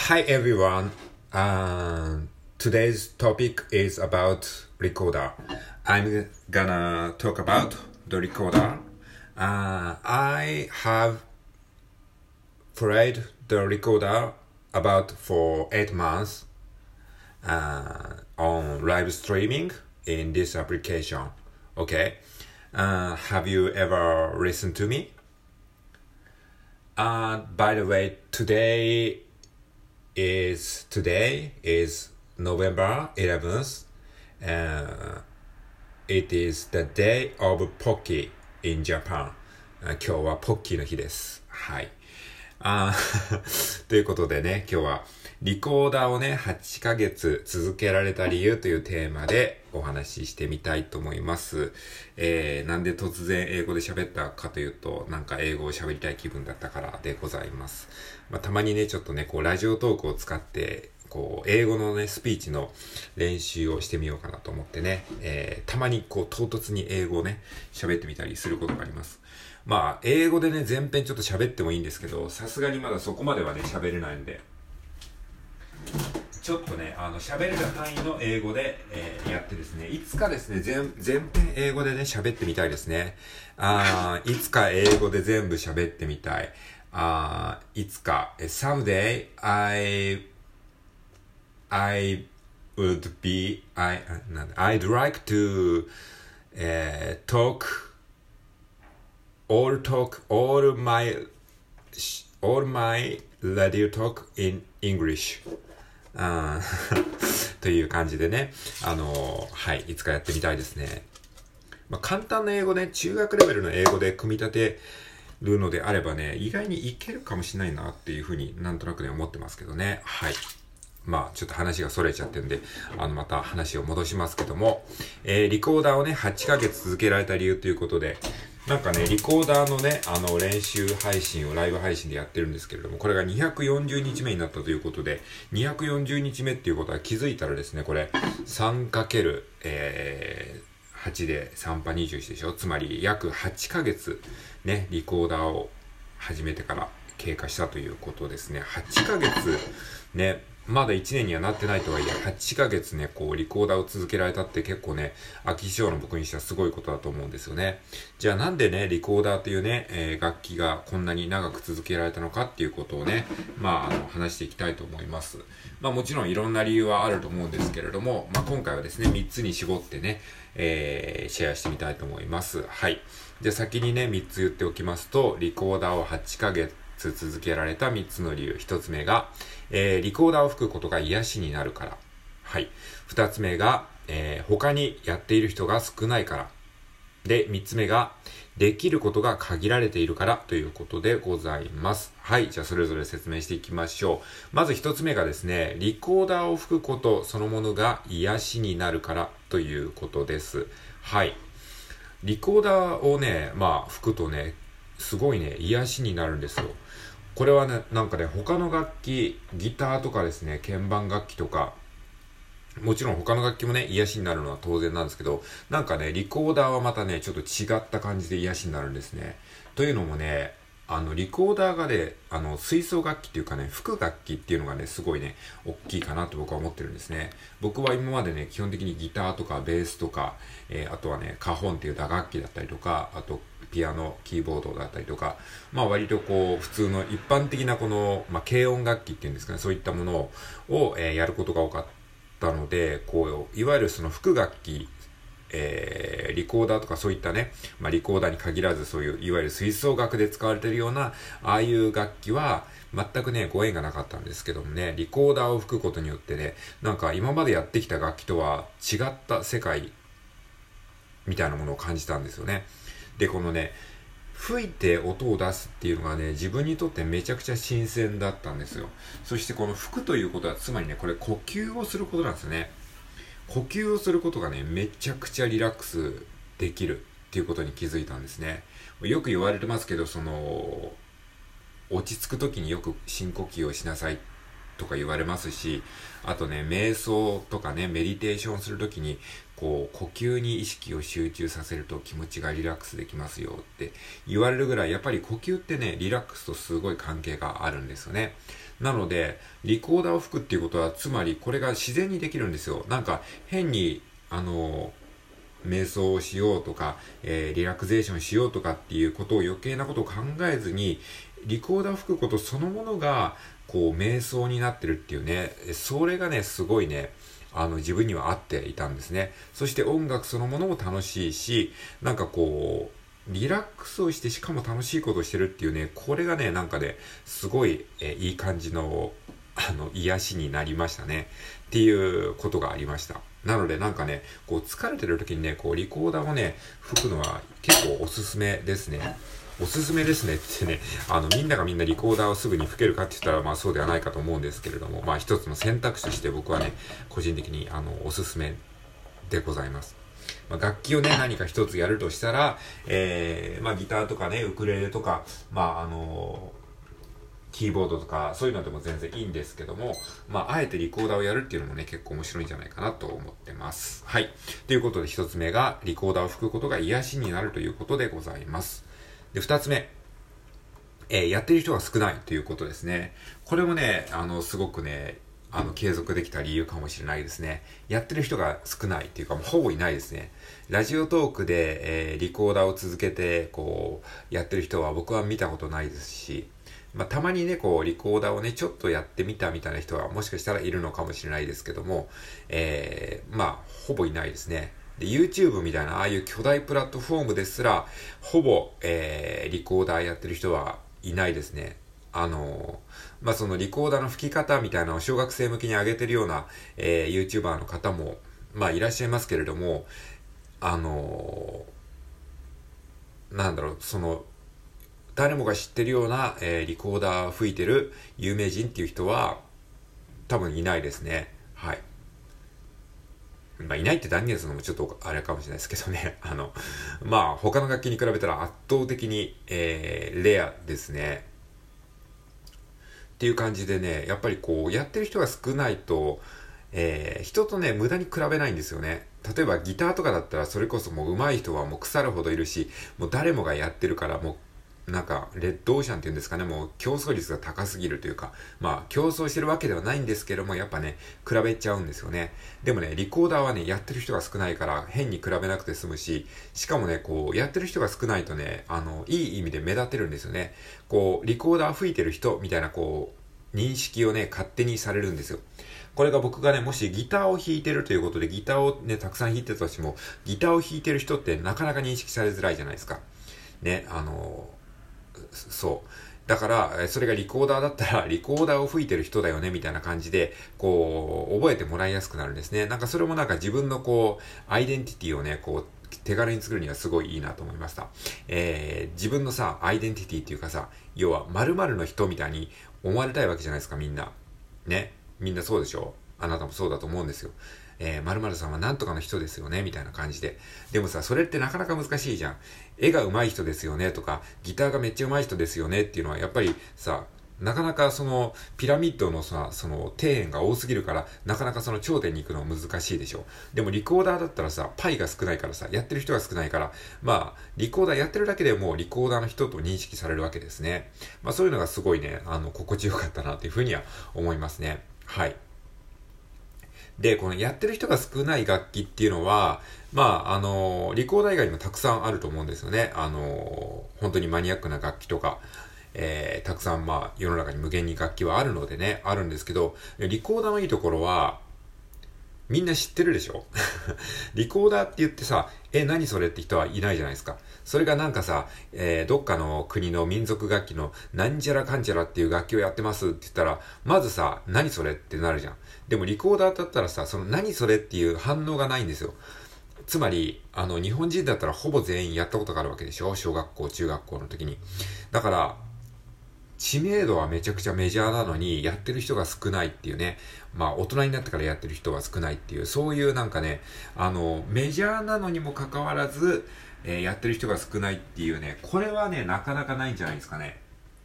Hi everyone. Today's topic is about recorder. I'm gonna talk about the recorder. I have played the recorder about for 8 months on live streaming in this application. Okay. Have you ever listened to me? By the way, today is November 11th. It is the day of Pocky in Japan. 今日はポッキーの日です。はい。ということでね、今日はリコーダーをね、8ヶ月続けられた理由というテーマでお話ししてみたいと思います。なんで突然英語で喋ったかというと、なんか英語を喋りたい気分だったからでございます。たまにね、ちょっとね、こうラジオトークを使って、こう英語のね、スピーチの練習をしてみようかなと思ってね、たまにこう唐突に英語をね、喋ってみたりすることがあります。英語でね、前編ちょっと喋ってもいいんですけど、さすがにまだそこまではね、喋れないんで、ちょっとね、喋れる範囲の英語で、やってですね、いつかですね、前編英語でね、喋ってみたいですね。いつか英語で全部喋ってみたい。いつか、someday I'd like to talk all my radio talk in English という感じでね、はい、いつかやってみたいですね。簡単な英語ね、中学レベルの英語で組み立てるのであればね、意外にいけるかもしれないなっていうふうになんとなくね、思ってますけどね。はい。ちょっと話が逸れちゃってんで、また話を戻しますけども、リコーダーをね、8ヶ月続けられた理由ということで、なんかね、リコーダーのね、練習配信をライブ配信でやってるんですけれども、これが240日目になったということで、240日目っていうことは気づいたらですね、これ、3×8 で3波21でしょ？つまり約8ヶ月ね、リコーダーを始めてから経過したということですね。8ヶ月ね、まだ1年にはなってないとはいえ、8ヶ月ね、こう、リコーダーを続けられたって結構ね、飽き性の僕にしてはすごいことだと思うんですよね。じゃあなんでね、リコーダーというね、楽器がこんなに長く続けられたのかっていうことをね、話していきたいと思います。もちろんいろんな理由はあると思うんですけれども、今回はですね、3つに絞ってね、シェアしてみたいと思います。はい。じゃあ先にね、3つ言っておきますと、リコーダーを8ヶ月続けられた3つの理由。1つ目が、リコーダーを吹くことが癒しになるから。はい。2つ目が、他にやっている人が少ないから。で、3つ目が、できることが限られているからということでございます。はい。じゃあそれぞれ説明していきましょう。まず1つ目がですね、リコーダーを吹くことそのものが癒しになるからということです。はい。リコーダーをね、吹くとね、すごいね、癒しになるんですよ。これはね、なんかね、他の楽器、ギターとかですね、鍵盤楽器とか、もちろん他の楽器もね、癒しになるのは当然なんですけど、なんかね、リコーダーはまたね、ちょっと違った感じで癒しになるんですね。というのもね、リコーダーがね、吹奏楽器っていうかね、吹く楽器っていうのがね、すごいね、大きいかなと僕は思ってるんですね。僕は今までね、基本的にギターとかベースとか、あとはね、カホンっていう打楽器だったりとか、あと、ピアノ、キーボードだったりとか、割とこう、普通の一般的なこの、軽音楽器っていうんですかね、そういったものを、やることが多かったので、こう、いわゆるその吹く楽器、リコーダーとかそういったね、リコーダーに限らずそういういわゆる吹奏楽で使われているようなああいう楽器は全くねご縁がなかったんですけどもね、リコーダーを吹くことによってね、なんか今までやってきた楽器とは違った世界みたいなものを感じたんですよね。で、このね、吹いて音を出すっていうのがね、自分にとってめちゃくちゃ新鮮だったんですよ。そしてこの吹くということはつまりね、これ呼吸をすることなんですよね。呼吸をすることがね、めちゃくちゃリラックスできるっていうことに気づいたんですね。よく言われてますけど、落ち着くときによく深呼吸をしなさいっとか言われますし、あとね、瞑想とかね、メディテーションするときに、こう、呼吸に意識を集中させると気持ちがリラックスできますよって言われるぐらい、やっぱり呼吸ってね、リラックスとすごい関係があるんですよね。なので、リコーダーを吹くっていうことは、つまりこれが自然にできるんですよ。なんか、変に、瞑想をしようとか、リラクゼーションしようとかっていうことを余計なことを考えずに、リコーダーを吹くことそのものが、こう、瞑想になってるっていうね、それがね、すごいね、自分には合っていたんですね。そして音楽そのものも楽しいし、なんかこう、リラックスをしてしかも楽しいことをしてるっていうね、これがね、なんかね、すごい、いい感じの、癒しになりましたね。っていうことがありました。なのでなんかね、こう疲れてる時にね、こうリコーダーをね、吹くのは結構おすすめですね。おすすめですねってね、みんながみんなリコーダーをすぐに吹けるかって言ったら、まあそうではないかと思うんですけれども、まあ一つの選択肢として僕はね、個人的におすすめでございます。まあ、楽器をね、何か一つやるとしたら、まあギターとかね、ウクレレとか、まあキーボードとかそういうのでも全然いいんですけども、まあ、あえてリコーダーをやるっていうのもね、結構面白いんじゃないかなと思ってます。はい。ということで、一つ目が、リコーダーを吹くことが癒しになるということでございます。で、二つ目、やってる人が少ないということですね。これもね、すごくね、継続できた理由かもしれないですね。やってる人が少ないっていうか、もうほぼいないですね。ラジオトークで、リコーダーを続けて、こう、やってる人は僕は見たことないですし、まあ、たまにね、こう、リコーダーをね、ちょっとやってみたみたいな人はもしかしたらいるのかもしれないですけども、まあ、ほぼいないですね。で、YouTube みたいな、ああいう巨大プラットフォームですら、ほぼ、リコーダーやってる人はいないですね。まあ、そのリコーダーの吹き方みたいなのを小学生向けに上げてるような、YouTuber の方も、まあ、いらっしゃいますけれども、なんだろう、誰もが知ってるような、リコーダー吹いてる有名人っていう人は多分いないですね。はい。まあ、いないって断言するのもちょっとあれかもしれないですけどね。まあ、他の楽器に比べたら圧倒的に、レアですね。っていう感じでね、やっぱりこう、やってる人が少ないと、人とね、無駄に比べないんですよね。例えばギターとかだったらそれこそもう上手い人はもう腐るほどいるし、もう誰もがやってるからもうなんか、レッドオーシャンっていうんですかね、もう競争率が高すぎるというか、まあ、競争してるわけではないんですけども、やっぱね、比べちゃうんですよね。でもね、リコーダーはね、やってる人が少ないから、変に比べなくて済むし、しかもね、こう、やってる人が少ないとね、いい意味で目立てるんですよね。こう、リコーダー吹いてる人、みたいな、こう、認識をね、勝手にされるんですよ。これが僕がね、もしギターを弾いてるということで、ギターをね、たくさん弾いてたとしても、ギターを弾いてる人ってなかなか認識されづらいじゃないですか。ね、そう。だから、それがリコーダーだったら、リコーダーを吹いてる人だよね、みたいな感じで、こう、覚えてもらいやすくなるんですね。なんかそれもなんか自分のこう、アイデンティティをね、こう、手軽に作るにはすごいいいなと思いました。自分のさ、アイデンティティっていうかさ、要は〇〇の人みたいに思われたいわけじゃないですか、みんな。ね。みんなそうでしょ？あなたもそうだと思うんですよ。〇〇さんはなんとかの人ですよねみたいな感じで。でもさ、それってなかなか難しいじゃん。絵が上手い人ですよねとか、ギターがめっちゃ上手い人ですよねっていうのはやっぱりさ、なかなかそのピラミッドのさ、その底辺が多すぎるから、なかなかその頂点に行くの難しいでしょ。でもリコーダーだったらさ、パイが少ないからさ、やってる人が少ないから、まあ、リコーダーやってるだけでもうリコーダーの人と認識されるわけですね。まあそういうのがすごいね、心地よかったなっていうふうには思いますね。はい。で、このやってる人が少ない楽器っていうのは、まあ、リコーダー以外にもたくさんあると思うんですよね。本当にマニアックな楽器とか、たくさんまあ、世の中に無限に楽器はあるのでね、あるんですけど、リコーダーのいいところは、みんな知ってるでしょリコーダーって言ってさ、何それって人はいないじゃないですか。それがなんかさ、どっかの国の民族楽器のなんちゃらかんちゃらっていう楽器をやってますって言ったら、まずさ、何それってなるじゃん。でもリコーダーだったらさ、その何それっていう反応がないんですよ。つまり、日本人だったらほぼ全員やったことがあるわけでしょ？小学校、中学校の時に。だから、知名度はめちゃくちゃメジャーなのに、やってる人が少ないっていうね。まあ、大人になってからやってる人は少ないっていう、そういうなんかね、メジャーなのにもかかわらず、やってる人が少ないっていうね、これはね、なかなかないんじゃないですかね。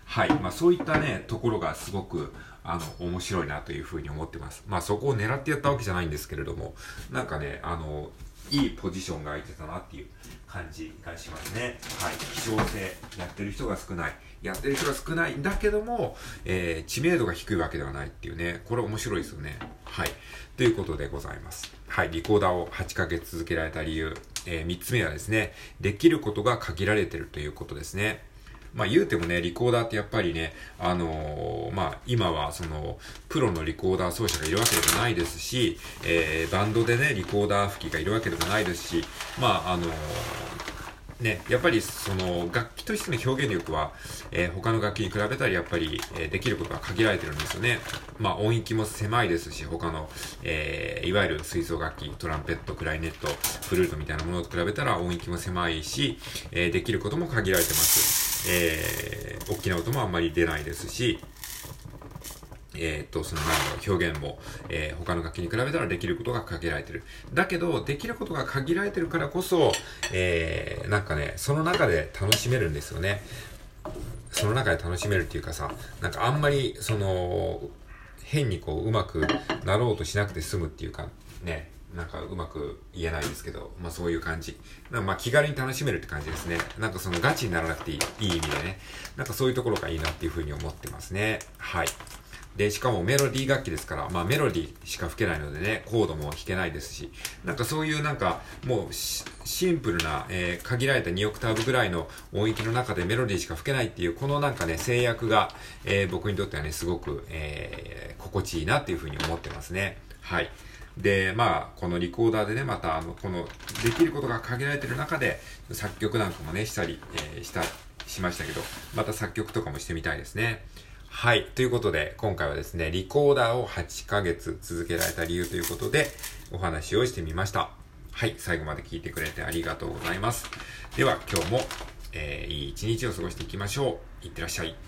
はい。まあそういったね、ところがすごく、面白いなというふうに思ってます。まあそこを狙ってやったわけじゃないんですけれども、なんかね、いいポジションが空いてたなっていう感じがしますね。はい。希少性、やってる人が少ない。やってる人が少ないんだけども、知名度が低いわけではないっていうね、これ面白いですよね。はい。ということでございます。はい。リコーダーを8ヶ月続けられた理由。3つ目はですね、できることが限られてるということですね。まあ言うてもね、リコーダーってやっぱりね、まあ今はその、プロのリコーダー奏者がいるわけでもないですし、バンドでね、リコーダー吹きがいるわけでもないですし、まあね、やっぱりその楽器としての表現力は、他の楽器に比べたらやっぱり、できることが限られてるんですよね。まあ音域も狭いですし、他の、いわゆる吹奏楽器、トランペット、クライネット、フルートみたいなものと比べたら音域も狭いし、できることも限られてます。大きな音もあんまり出ないですし、その表現も、他の楽器に比べたらできることが限られてる。だけど、できることが限られてるからこそ、なんかね、その中で楽しめるんですよね。その中で楽しめるっていうかさ、なんかあんまり、変にこう、うまくなろうとしなくて済むっていうか、ね、なんかうまく言えないですけど、まあそういう感じ。まあ気軽に楽しめるって感じですね。なんかそのガチにならなくていい意味でね。なんかそういうところがいいなっていうふうに思ってますね。はい。で、しかもメロディー楽器ですから、まあメロディーしか吹けないのでね、コードも弾けないですし、なんかそういうなんか、もうシンプルな、限られた2オクターブぐらいの音域の中でメロディーしか吹けないっていう、このなんかね、制約が、僕にとってはね、すごく、心地いいなっていうふうに思ってますね。はい。で、まあ、このリコーダーでね、また、この、できることが限られてる中で、作曲なんかもね、したり、しましたけど、また作曲とかもしてみたいですね。はい。ということで、今回はですね、リコーダーを8ヶ月続けられた理由ということで、お話をしてみました。はい。最後まで聞いてくれてありがとうございます。では、今日も、いい一日を過ごしていきましょう。いってらっしゃい。